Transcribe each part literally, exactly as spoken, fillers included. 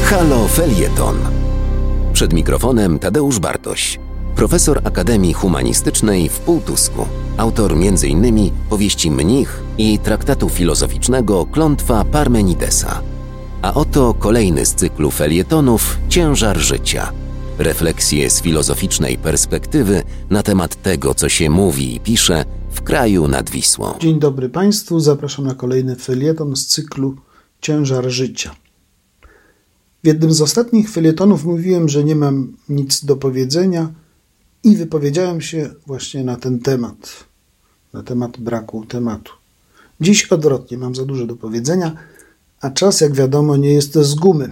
Halo Felieton. Przed mikrofonem Tadeusz Bartoś, profesor Akademii Humanistycznej w Półtusku, autor między innymi powieści Mnich i traktatu filozoficznego Klątwa Parmenidesa. A oto kolejny z cyklu felietonów Ciężar życia. Refleksje z filozoficznej perspektywy na temat tego, co się mówi i pisze w kraju nad Wisłą. Dzień dobry Państwu, zapraszam na kolejny felieton z cyklu Ciężar życia. W jednym z ostatnich felietonów mówiłem, że nie mam nic do powiedzenia i wypowiedziałem się właśnie na ten temat, na temat braku tematu. Dziś odwrotnie, mam za dużo do powiedzenia, a czas, jak wiadomo, nie jest z gumy.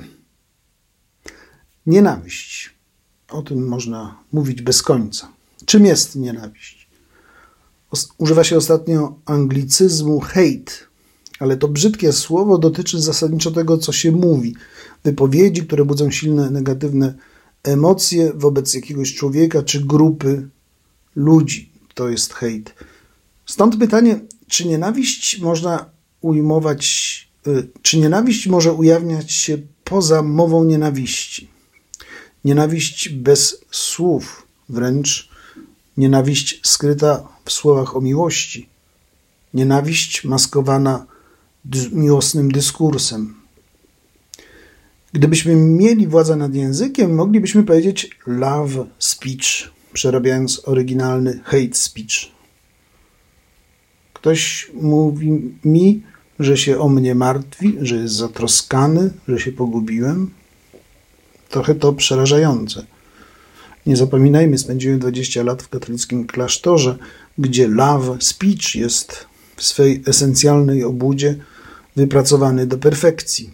Nienawiść. O tym można mówić bez końca. Czym jest nienawiść? Używa się ostatnio anglicyzmu hate, ale to brzydkie słowo dotyczy zasadniczo tego, co się mówi. Wypowiedzi, które budzą silne negatywne emocje wobec jakiegoś człowieka czy grupy ludzi. To jest hate. Stąd pytanie, czy nienawiść można ujmować, czy nienawiść może ujawniać się poza mową nienawiści? Nienawiść bez słów, wręcz nienawiść skryta w słowach o miłości. Nienawiść maskowana miłosnym dyskursem. Gdybyśmy mieli władzę nad językiem, moglibyśmy powiedzieć love speech, przerabiając oryginalny hate speech. Ktoś mówi mi, że się o mnie martwi, że jest zatroskany, że się pogubiłem. Trochę to przerażające. Nie zapominajmy, spędziłem dwadzieścia lat w katolickim klasztorze, gdzie love speech jest w swej esencjalnej obłudzie wypracowany do perfekcji.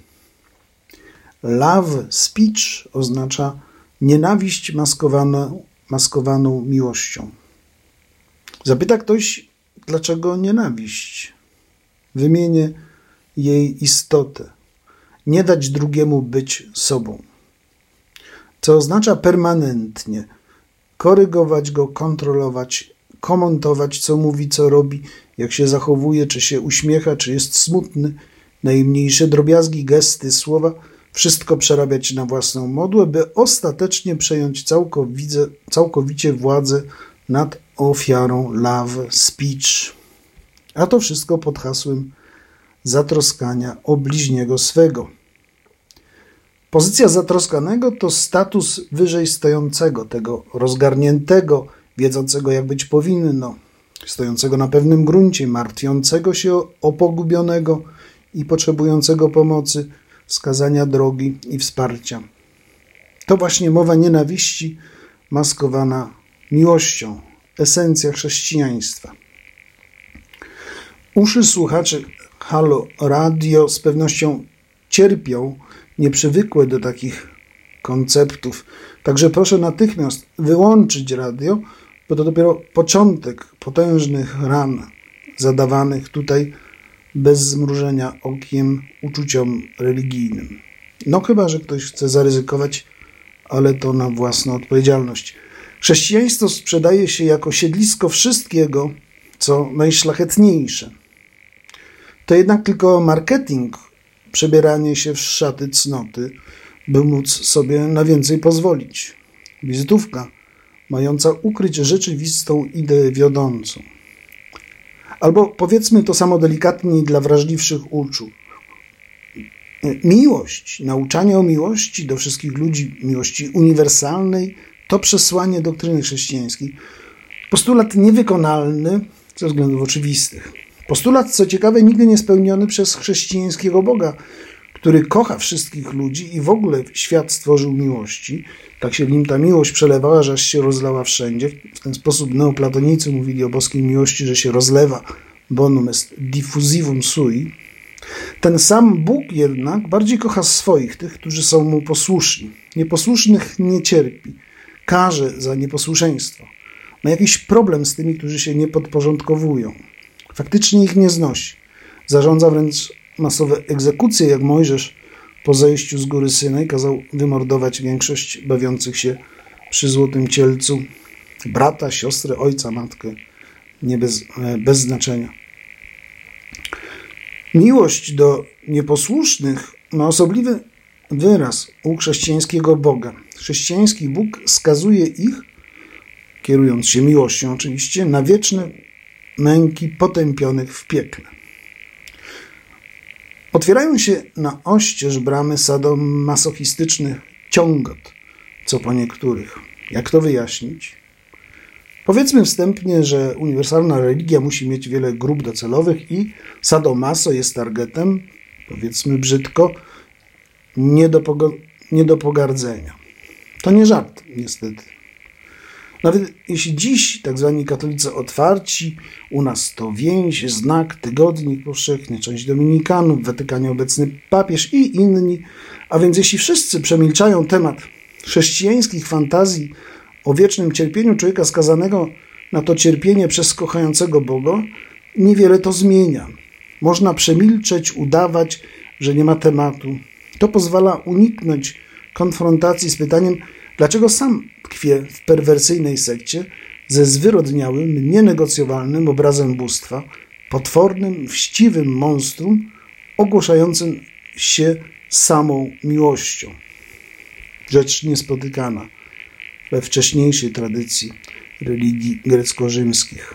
Love speech oznacza nienawiść maskowaną, maskowaną miłością. Zapyta ktoś, dlaczego nienawiść? Wymienię jej istotę. Nie dać drugiemu być sobą. Co oznacza permanentnie korygować go, kontrolować, komentować, co mówi, co robi, jak się zachowuje, czy się uśmiecha, czy jest smutny, najmniejsze drobiazgi, gesty, słowa, wszystko przerabiać na własną modłę, by ostatecznie przejąć całkowicie, całkowicie władzę nad ofiarą love speech. A to wszystko pod hasłem zatroskania o bliźniego swego. Pozycja zatroskanego to status wyżej stojącego, tego rozgarniętego, wiedzącego jak być powinno, stojącego na pewnym gruncie, martwiącego się o pogubionego i potrzebującego pomocy, wskazania drogi i wsparcia. To właśnie mowa nienawiści maskowana miłością, esencja chrześcijaństwa. Uszy słuchaczy Halo Radio z pewnością cierpią, nieprzywykłe do takich konceptów. Także proszę natychmiast wyłączyć radio, bo to dopiero początek potężnych ran zadawanych tutaj bez zmrużenia okiem uczuciom religijnym. No chyba, że ktoś chce zaryzykować, ale to na własną odpowiedzialność. Chrześcijaństwo sprzedaje się jako siedlisko wszystkiego, co najszlachetniejsze. To jednak tylko marketing, przebieranie się w szaty cnoty, by móc sobie na więcej pozwolić. Wizytówka mająca ukryć rzeczywistą ideę wiodącą. Albo powiedzmy to samo delikatniej dla wrażliwszych uszu. Miłość, nauczanie o miłości do wszystkich ludzi, miłości uniwersalnej, to przesłanie doktryny chrześcijańskiej. Postulat niewykonalny ze względów oczywistych. Postulat, co ciekawe, nigdy nie spełniony przez chrześcijańskiego Boga, który kocha wszystkich ludzi i w ogóle świat stworzył miłości. Tak się w nim ta miłość przelewała, że aż się rozlała wszędzie. W ten sposób neoplatonicy mówili o boskiej miłości, że się rozlewa. Bonum est diffusivum sui. Ten sam Bóg jednak bardziej kocha swoich, tych, którzy są mu posłuszni. Nieposłusznych nie cierpi. Karze za nieposłuszeństwo. Ma jakiś problem z tymi, którzy się nie podporządkowują. Faktycznie ich nie znosi. Zarządza wręcz masowe egzekucje, jak Mojżesz po zejściu z góry Synaj kazał wymordować większość bawiących się przy złotym cielcu brata, siostrę, ojca, matkę. Nie bez, bez znaczenia. Miłość do nieposłusznych ma osobliwy wyraz u chrześcijańskiego Boga. Chrześcijański Bóg skazuje ich, kierując się miłością oczywiście, na wieczne męki potępionych w piekle. Otwierają się na oścież bramy sadomasochistycznych ciągot, co po niektórych. Jak to wyjaśnić? Powiedzmy wstępnie, że uniwersalna religia musi mieć wiele grup docelowych i sadomaso jest targetem, powiedzmy brzydko, nie do, pogo- nie do pogardzenia. To nie żart, niestety. Nawet jeśli dziś tak zwani katolicy otwarci, u nas to więź, znak, tygodnik powszechny, część dominikanów, w Watykanie obecny papież i inni, a więc jeśli wszyscy przemilczają temat chrześcijańskich fantazji o wiecznym cierpieniu człowieka skazanego na to cierpienie przez kochającego Boga, niewiele to zmienia. Można przemilczeć, udawać, że nie ma tematu. To pozwala uniknąć konfrontacji z pytaniem, dlaczego sam tkwię w perwersyjnej sekcie ze zwyrodniałym, nienegocjowalnym obrazem bóstwa, potwornym, wściwym monstrum ogłaszającym się samą miłością. Rzecz niespotykana we wcześniejszej tradycji religii grecko-rzymskich.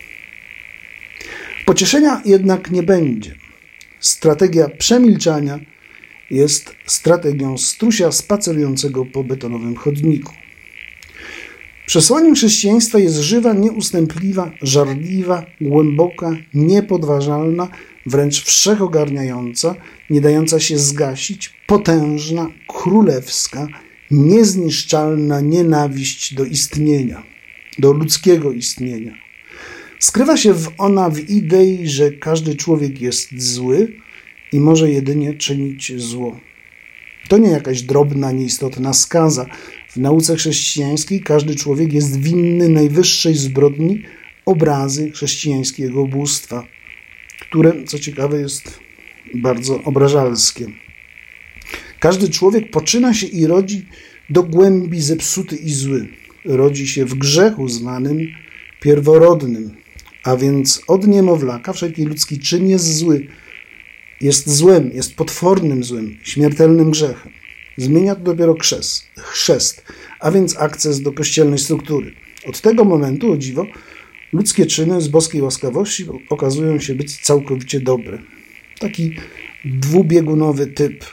Pocieszenia jednak nie będzie. Strategia przemilczania jest strategią strusia spacerującego po betonowym chodniku. Przesłaniem chrześcijaństwa jest żywa, nieustępliwa, żarliwa, głęboka, niepodważalna, wręcz wszechogarniająca, nie dająca się zgasić, potężna, królewska, niezniszczalna nienawiść do istnienia, do ludzkiego istnienia. Skrywa się w ona w idei, że każdy człowiek jest zły i może jedynie czynić zło. To nie jakaś drobna, nieistotna skaza. W nauce chrześcijańskiej każdy człowiek jest winny najwyższej zbrodni obrazy chrześcijańskiego bóstwa, które, co ciekawe, jest bardzo obrażalskie. Każdy człowiek poczyna się i rodzi do głębi zepsuty i zły. Rodzi się w grzechu zwanym pierworodnym, a więc od niemowlaka wszelki ludzki czyn jest zły. Jest złem, jest potwornym złem, śmiertelnym grzechem. Zmienia to dopiero chrzest, chrzest, a więc akces do kościelnej struktury. Od tego momentu, o dziwo, ludzkie czyny z boskiej łaskawości okazują się być całkowicie dobre. Taki dwubiegunowy typ.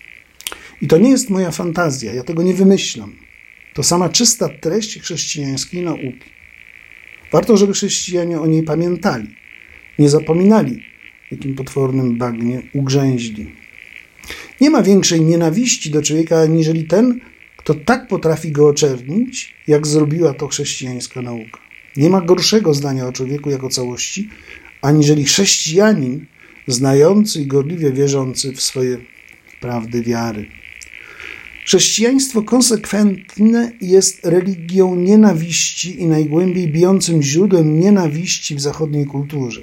I to nie jest moja fantazja, ja tego nie wymyślam. To sama czysta treść chrześcijańskiej nauki. Warto, żeby chrześcijanie o niej pamiętali, nie zapominali, w jakim potwornym bagnie ugrzęźli. Nie ma większej nienawiści do człowieka, aniżeli ten, kto tak potrafi go oczernić, jak zrobiła to chrześcijańska nauka. Nie ma gorszego zdania o człowieku jako całości, aniżeli chrześcijanin znający i gorliwie wierzący w swoje prawdy wiary. Chrześcijaństwo konsekwentne jest religią nienawiści i najgłębiej bijącym źródłem nienawiści w zachodniej kulturze.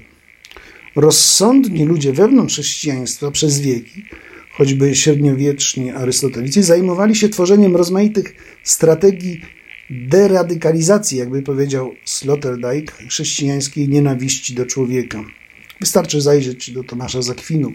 Rozsądni ludzie wewnątrz chrześcijaństwa przez wieki, choćby średniowieczni arystotelicy, zajmowali się tworzeniem rozmaitych strategii deradykalizacji, jakby powiedział Sloterdijk, chrześcijańskiej nienawiści do człowieka. Wystarczy zajrzeć do Tomasza z Akwinu.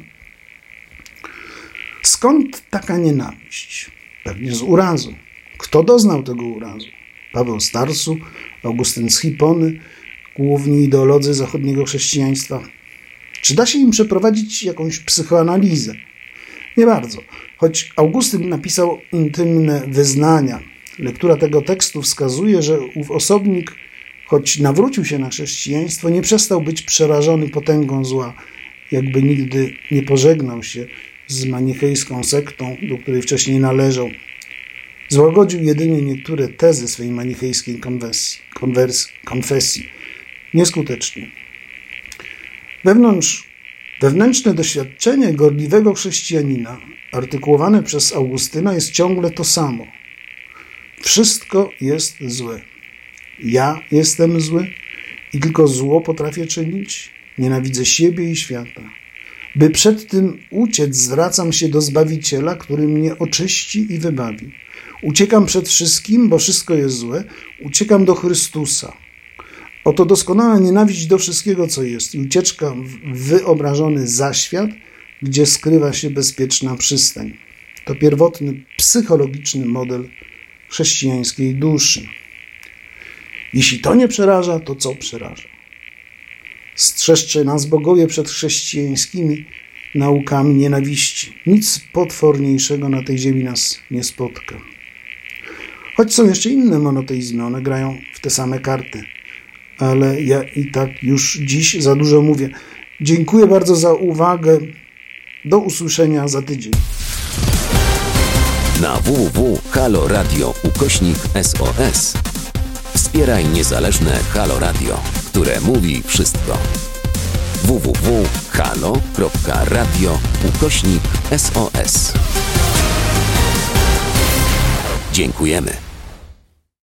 Skąd taka nienawiść? Pewnie z urazu. Kto doznał tego urazu? Paweł z Tarsu, Augustyn z Hipony, główni ideolodzy zachodniego chrześcijaństwa. Czy da się im przeprowadzić jakąś psychoanalizę? Nie bardzo. Choć Augustyn napisał intymne wyznania. Lektura tego tekstu wskazuje, że ów osobnik, choć nawrócił się na chrześcijaństwo, nie przestał być przerażony potęgą zła, jakby nigdy nie pożegnał się z manichejską sektą, do której wcześniej należał. Złagodził jedynie niektóre tezy swej manichejskiej konwersji, konwers, konfesji. Nieskutecznie. Wewnątrz, wewnętrzne doświadczenie gorliwego chrześcijanina, artykułowane przez Augustyna, jest ciągle to samo. Wszystko jest złe. Ja jestem zły i tylko zło potrafię czynić. Nienawidzę siebie i świata. By przed tym uciec, zwracam się do Zbawiciela, który mnie oczyści i wybawi. Uciekam przed wszystkim, bo wszystko jest złe. Uciekam do Chrystusa. Oto doskonała nienawiść do wszystkiego, co jest, i ucieczka w wyobrażony zaświat, gdzie skrywa się bezpieczna przystań. To pierwotny, psychologiczny model chrześcijańskiej duszy. Jeśli to nie przeraża, to co przeraża? Strzeżcie nas bogowie przed chrześcijańskimi naukami nienawiści. Nic potworniejszego na tej ziemi nas nie spotka. Choć są jeszcze inne monoteizmy, one grają w te same karty. Ale ja i tak już dziś za dużo mówię. Dziękuję bardzo za uwagę. Do usłyszenia za tydzień. Na w w w kropka halo radio ukośnik S O S wspieraj niezależne Halo Radio, które mówi wszystko. w w w kropka halo kropka radio ukośnik S O S. Dziękujemy.